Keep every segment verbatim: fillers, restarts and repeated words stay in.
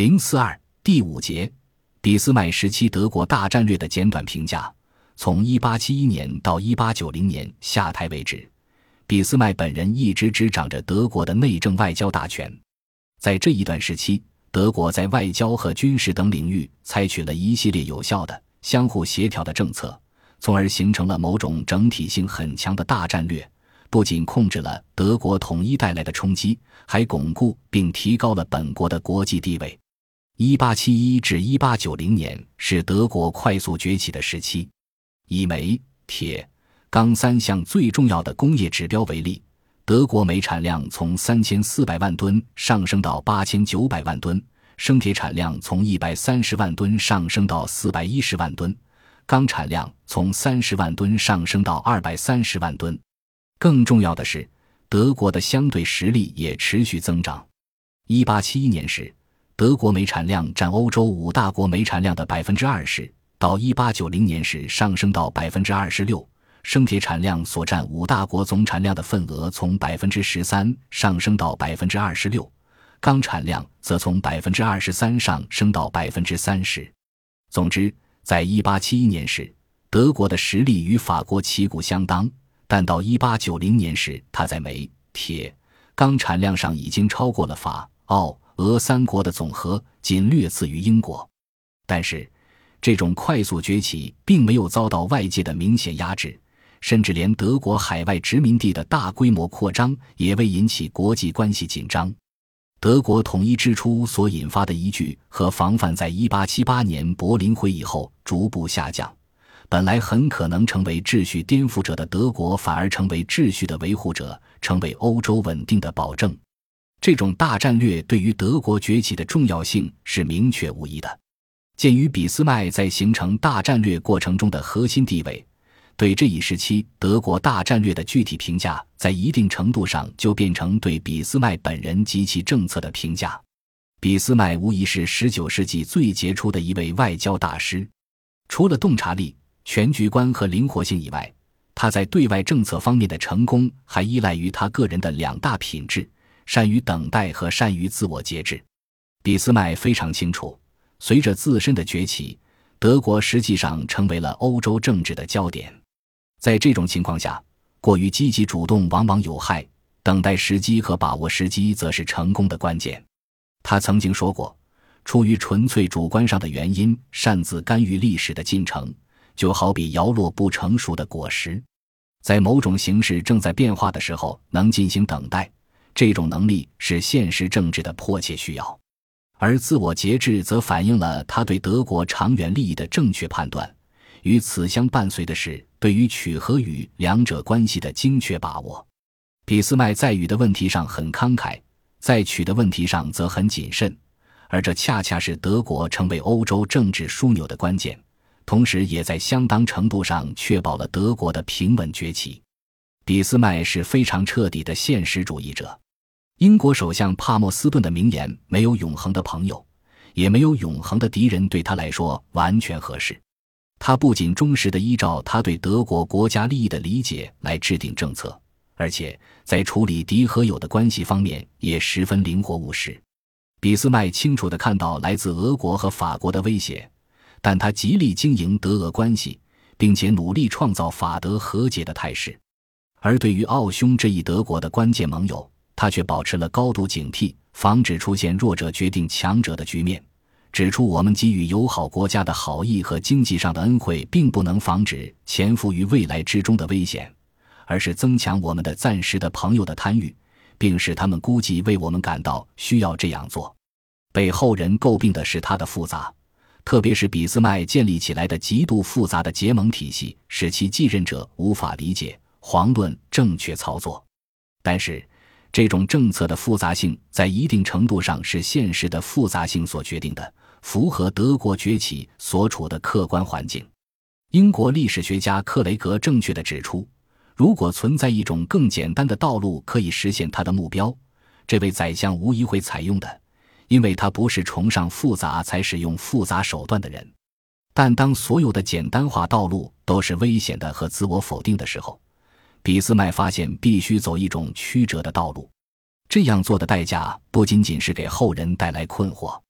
零四二第五节，俾斯麦时期德国大战略的简短评价。从一八七一年到一八九零年下台为止，俾斯麦本人一直执掌着德国的内政外交大权。在这一段时期，德国在外交和军事等领域采取了一系列有效的、相互协调的政策，从而形成了某种整体性很强的大战略，不仅控制了德国统一带来的冲击，还巩固并提高了本国的国际地位。一八七一至一八九零年是德国快速崛起的时期。以煤、铁、钢三项最重要的工业指标为例，德国煤产量从三千四百万吨上升到八千九百万吨，生铁产量从一百三十万吨上升到四百一十万吨，钢产量从三十万吨上升到二百三十万吨。更重要的是，德国的相对实力也持续增长。一八七一年时，德国煤产量占欧洲五大国煤产量的 百分之二十， 到一八九零年时上升到 百分之二十六， 生铁产量所占五大国总产量的份额从 百分之十三 上升到 百分之二十六， 钢产量则从 百分之二十三 上升到 百分之三十。 总之，在一八七一年时，德国的实力与法国旗鼓相当，但到一八九零年时，它在煤、铁、钢产量上已经超过了法、奥、俄三国的总和，仅略次于英国。但是这种快速崛起并没有遭到外界的明显压制，甚至连德国海外殖民地的大规模扩张也未引起国际关系紧张。德国统一之初所引发的疑惧和防范在一八七八年柏林会议后逐步下降，本来很可能成为秩序颠覆者的德国反而成为秩序的维护者，成为欧洲稳定的保证。这种大战略对于德国崛起的重要性是明确无疑的。鉴于俾斯麦在形成大战略过程中的核心地位，对这一时期德国大战略的具体评价在一定程度上就变成对俾斯麦本人及其政策的评价。俾斯麦无疑是十九世纪最杰出的一位外交大师，除了洞察力、全局观和灵活性以外，他在对外政策方面的成功还依赖于他个人的两大品质：善于等待和善于自我节制。俾斯麦非常清楚，随着自身的崛起，德国实际上成为了欧洲政治的焦点。在这种情况下，过于积极主动往往有害，等待时机和把握时机则是成功的关键。他曾经说过，出于纯粹主观上的原因擅自干预历史的进程，就好比摇落不成熟的果实。在某种形势正在变化的时候能进行等待，这种能力是现实政治的迫切需要。而自我节制则反映了他对德国长远利益的正确判断，与此相伴随的是对于取和与两者关系的精确把握。俾斯麦在与的问题上很慷慨，在取的问题上则很谨慎，而这恰恰是德国成为欧洲政治枢纽的关键，同时也在相当程度上确保了德国的平稳崛起。俾斯麦是非常彻底的现实主义者。英国首相帕默斯顿的名言“没有永恒的朋友，也没有永恒的敌人”对他来说完全合适。他不仅忠实地依照他对德国国家利益的理解来制定政策，而且在处理敌和友的关系方面也十分灵活务实。俾斯麦清楚地看到来自俄国和法国的威胁，但他极力经营德俄关系，并且努力创造法德和解的态势。而对于奥匈这一德国的关键盟友，他却保持了高度警惕，防止出现弱者决定强者的局面，指出我们给予友好国家的好意和经济上的恩惠并不能防止潜伏于未来之中的危险，而是增强我们的暂时的朋友的贪欲，并使他们估计为我们感到需要这样做。被后人诟病的是他的复杂，特别是俾斯麦建立起来的极度复杂的结盟体系，使其继任者无法理解、遑论正确操作。但是这种政策的复杂性在一定程度上是现实的复杂性所决定的，符合德国崛起所处的客观环境。英国历史学家克雷格正确地指出，如果存在一种更简单的道路可以实现他的目标，这位宰相无疑会采用的，因为他不是崇尚复杂才使用复杂手段的人。但当所有的简单化道路都是危险的和自我否定的时候，俾斯麦发现必须走一种曲折的道路。这样做的代价不仅仅是给后人带来困惑。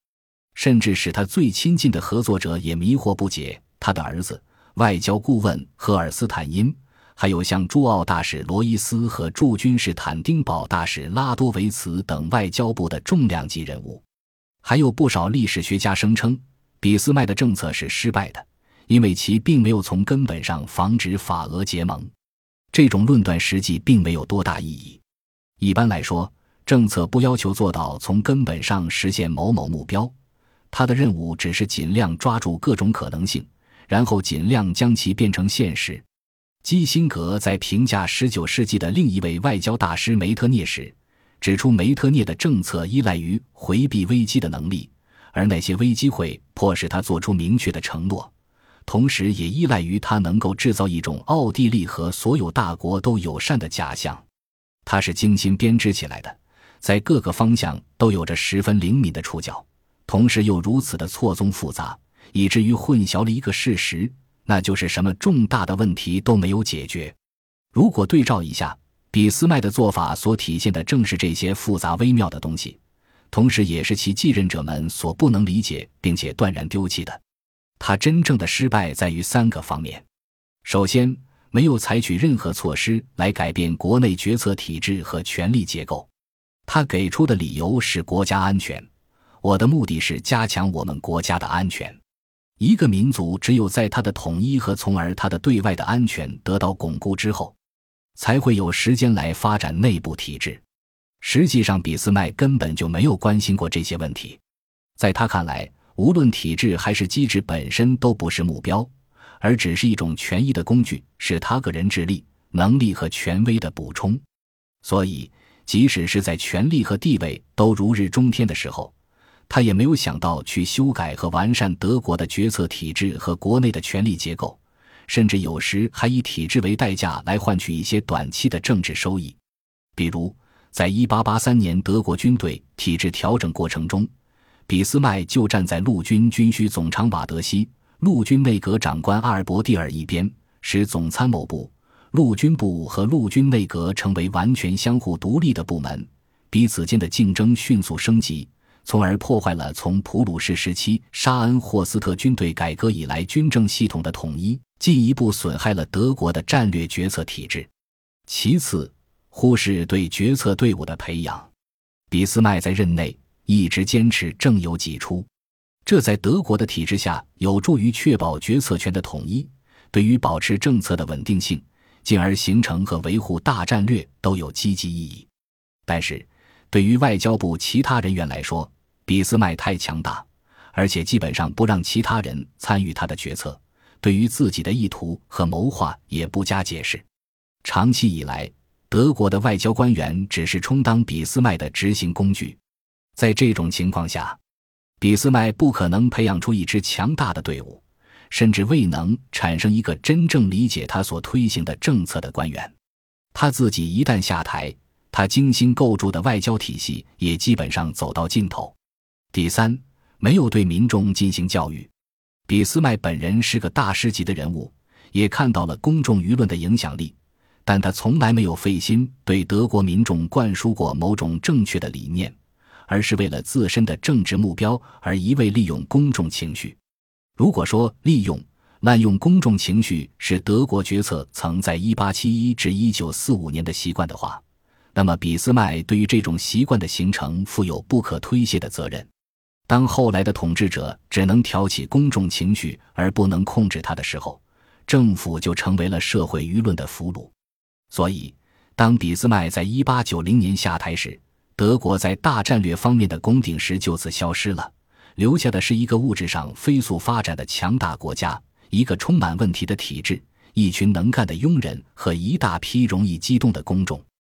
甚至使他最亲近的合作者也迷惑不解，他的儿子外交顾问赫尔斯坦因，还有像驻澳大使罗伊斯和驻君士坦丁堡大使拉多维茨等外交部的重量级人物。还有不少历史学家声称，俾斯麦的政策是失败的，因为其并没有从根本上防止法俄结盟。这种论断实际并没有多大意义。一般来说，政策不要求做到从根本上实现某某目标，他的任务只是尽量抓住各种可能性，然后尽量将其变成现实。基辛格在评价十九世纪的另一位外交大师梅特涅时，指出梅特涅的政策依赖于回避危机的能力，而那些危机会迫使他做出明确的承诺，同时也依赖于他能够制造一种奥地利和所有大国都友善的假象。他是精心编织起来的，在各个方向都有着十分灵敏的触角，同时又如此的错综复杂，以至于混淆了一个事实，那就是什么重大的问题都没有解决。如果对照一下，俾斯麦的做法所体现的正是这些复杂微妙的东西，同时也是其继任者们所不能理解并且断然丢弃的。他真正的失败在于三个方面。首先，没有采取任何措施来改变国内决策体制和权力结构。他给出的理由是国家安全，我的目的是加强我们国家的安全。一个民族只有在他的统一和从而他的对外的安全得到巩固之后，才会有时间来发展内部体制。实际上，俾斯麦根本就没有关心过这些问题。在他看来，无论体制还是机制本身都不是目标，而只是一种权益的工具，是他个人智力、能力和权威的补充。所以，即使是在权力和地位都如日中天的时候，他也没有想到去修改和完善德国的决策体制和国内的权力结构，甚至有时还以体制为代价来换取一些短期的政治收益。比如，在一八八三年德国军队体制调整过程中，俾斯麦就站在陆军军需总长瓦德西、陆军内阁长官阿尔伯蒂尔一边，使总参谋部、陆军部和陆军内阁成为完全相互独立的部门，彼此间的竞争迅速升级，从而破坏了从普鲁士时期沙恩霍斯特军队改革以来军政系统的统一，进一步损害了德国的战略决策体制。其次，忽视对决策队伍的培养。俾斯麦在任内一直坚持正由己出，这在德国的体制下有助于确保决策权的统一，对于保持政策的稳定性，进而形成和维护大战略都有积极意义。但是，对于外交部其他人员来说，俾斯麦太强大，而且基本上不让其他人参与他的决策，对于自己的意图和谋划也不加解释。长期以来，德国的外交官员只是充当俾斯麦的执行工具。在这种情况下，俾斯麦不可能培养出一支强大的队伍，甚至未能产生一个真正理解他所推行的政策的官员。他自己一旦下台，他精心构筑的外交体系也基本上走到尽头。第三，没有对民众进行教育。俾斯麦本人是个大师级的人物，也看到了公众舆论的影响力，但他从来没有费心对德国民众灌输过某种正确的理念，而是为了自身的政治目标而一味利用公众情绪。如果说利用、滥用公众情绪是德国决策曾在一八七一至一九四五年的习惯的话，那么俾斯麦对于这种习惯的形成负有不可推卸的责任。当后来的统治者只能挑起公众情绪而不能控制它的时候，政府就成为了社会舆论的俘虏。所以，当俾斯麦在一八九零年下台时，德国在大战略方面的功顶石就此消失了，留下的是一个物质上飞速发展的强大国家，一个充满问题的体制，一群能干的庸人和一大批容易激动的公众。